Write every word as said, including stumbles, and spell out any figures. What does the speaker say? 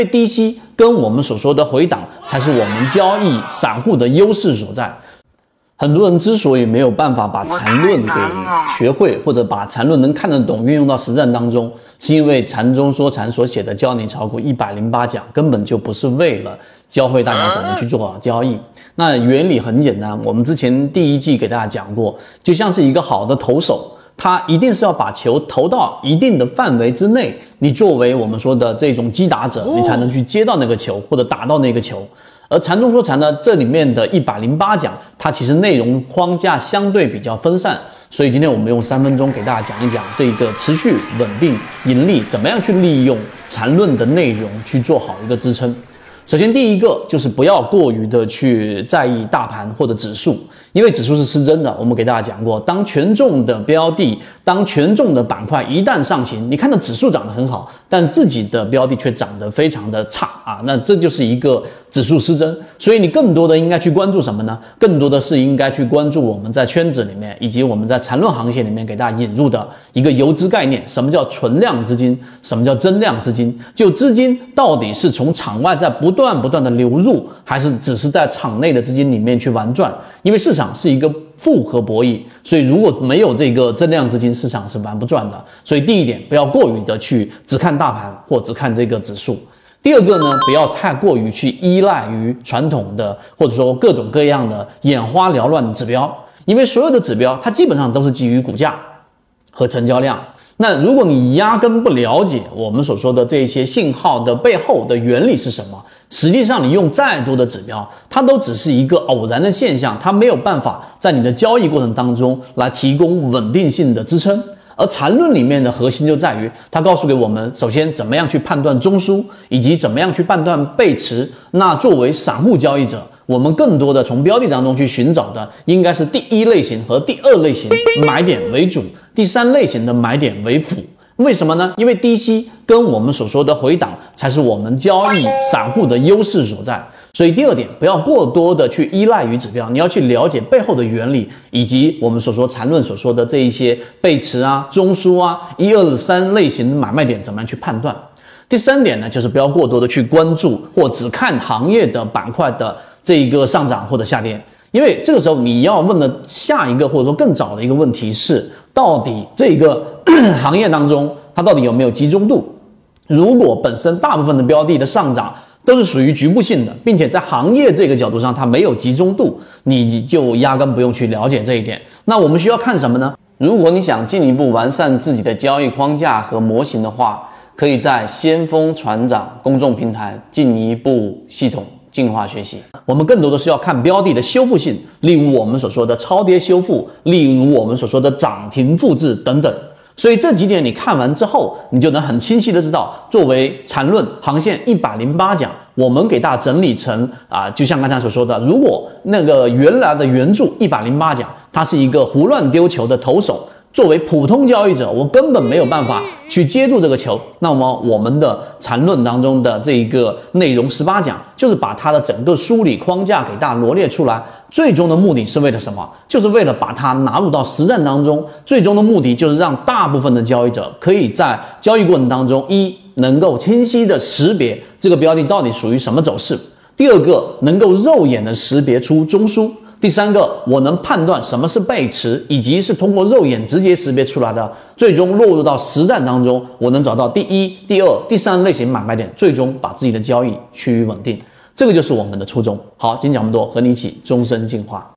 低吸跟我们所说的回档才是我们交易散户的优势所在。很多人之所以没有办法把缠论给学会，或者把缠论能看得懂运用到实战当中，是因为禅中说禅所写的教你炒股一百零八讲根本就不是为了教会大家怎么去做好交易。那原理很简单，我们之前第一季给大家讲过，就像是一个好的投手，他一定是要把球投到一定的范围之内，你作为我们说的这种击打者，你才能去接到那个球或者打到那个球。而禅中说禅呢，这里面的一百零八讲，它其实内容框架相对比较分散，所以今天我们用三分钟给大家讲一讲这个持续稳定盈利怎么样去利用缠论的内容去做好一个支撑。首先第一个就是不要过于的去在意大盘或者指数，因为指数是失真的。我们给大家讲过，当权重的标的，当权重的板块一旦上行，你看到指数涨得很好，但自己的标的却涨得非常的差啊，那这就是一个指数失真。所以你更多的应该去关注什么呢？更多的是应该去关注我们在圈子里面以及我们在缠论行业里面给大家引入的一个游资概念。什么叫存量资金？什么叫增量资金？就资金到底是从场外在不断不断的流入，还是只是在场内的资金里面去玩转？因为市场是一个复合博弈，所以如果没有这个增量资金，市场是玩不转的。所以第一点，不要过于的去只看大盘或只看这个指数。第二个呢，不要太过于去依赖于传统的或者说各种各样的眼花缭乱的指标，因为所有的指标它基本上都是基于股价和成交量。那如果你压根不了解我们所说的这些信号的背后的原理是什么，实际上你用再多的指标，它都只是一个偶然的现象，它没有办法在你的交易过程当中来提供稳定性的支撑。而缠论里面的核心就在于，它告诉给我们，首先怎么样去判断中枢，以及怎么样去判断背驰。那作为散户交易者，我们更多的从标的当中去寻找的，应该是第一类型和第二类型买点为主，第三类型的买点为辅。为什么呢？因为低吸跟我们所说的回档才是我们交易散户的优势所在。所以第二点，不要过多的去依赖于指标，你要去了解背后的原理，以及我们所说缠论所说的这一些背驰啊、中枢啊、一二三类型的买卖点怎么样去判断。第三点呢，就是不要过多的去关注或只看行业的板块的这一个上涨或者下跌，因为这个时候你要问的下一个或者说更早的一个问题是，到底这个行业当中它到底有没有集中度？如果本身大部分的标的的上涨都是属于局部性的，并且在行业这个角度上它没有集中度，你就压根不用去了解这一点。那我们需要看什么呢？如果你想进一步完善自己的交易框架和模型的话，可以在先锋船长公众平台进一步系统进化学习。我们更多的是要看标的的修复性，例如我们所说的超跌修复，例如我们所说的涨停复制等等。所以这几点你看完之后，你就能很清晰的知道，作为缠论航线一百零八讲，我们给大家整理成啊，就像刚才所说的，如果那个原来的原著一百零八讲，它是一个胡乱丢球的投手，作为普通交易者，我根本没有办法去接住这个球。那么我们的缠论当中的这一个内容十八讲，就是把它的整个梳理框架给大家罗列出来，最终的目的是为了什么？就是为了把它纳入到实战当中。最终的目的就是让大部分的交易者可以在交易过程当中，一能够清晰的识别这个标的到底属于什么走势，第二个能够肉眼的识别出中枢，第三个，我能判断什么是背驰，以及是通过肉眼直接识别出来的，最终落入到实战当中，我能找到第一、第二、第三类型买卖点，最终把自己的交易趋于稳定。这个就是我们的初衷。好，今天讲这么多，和你一起终身进化。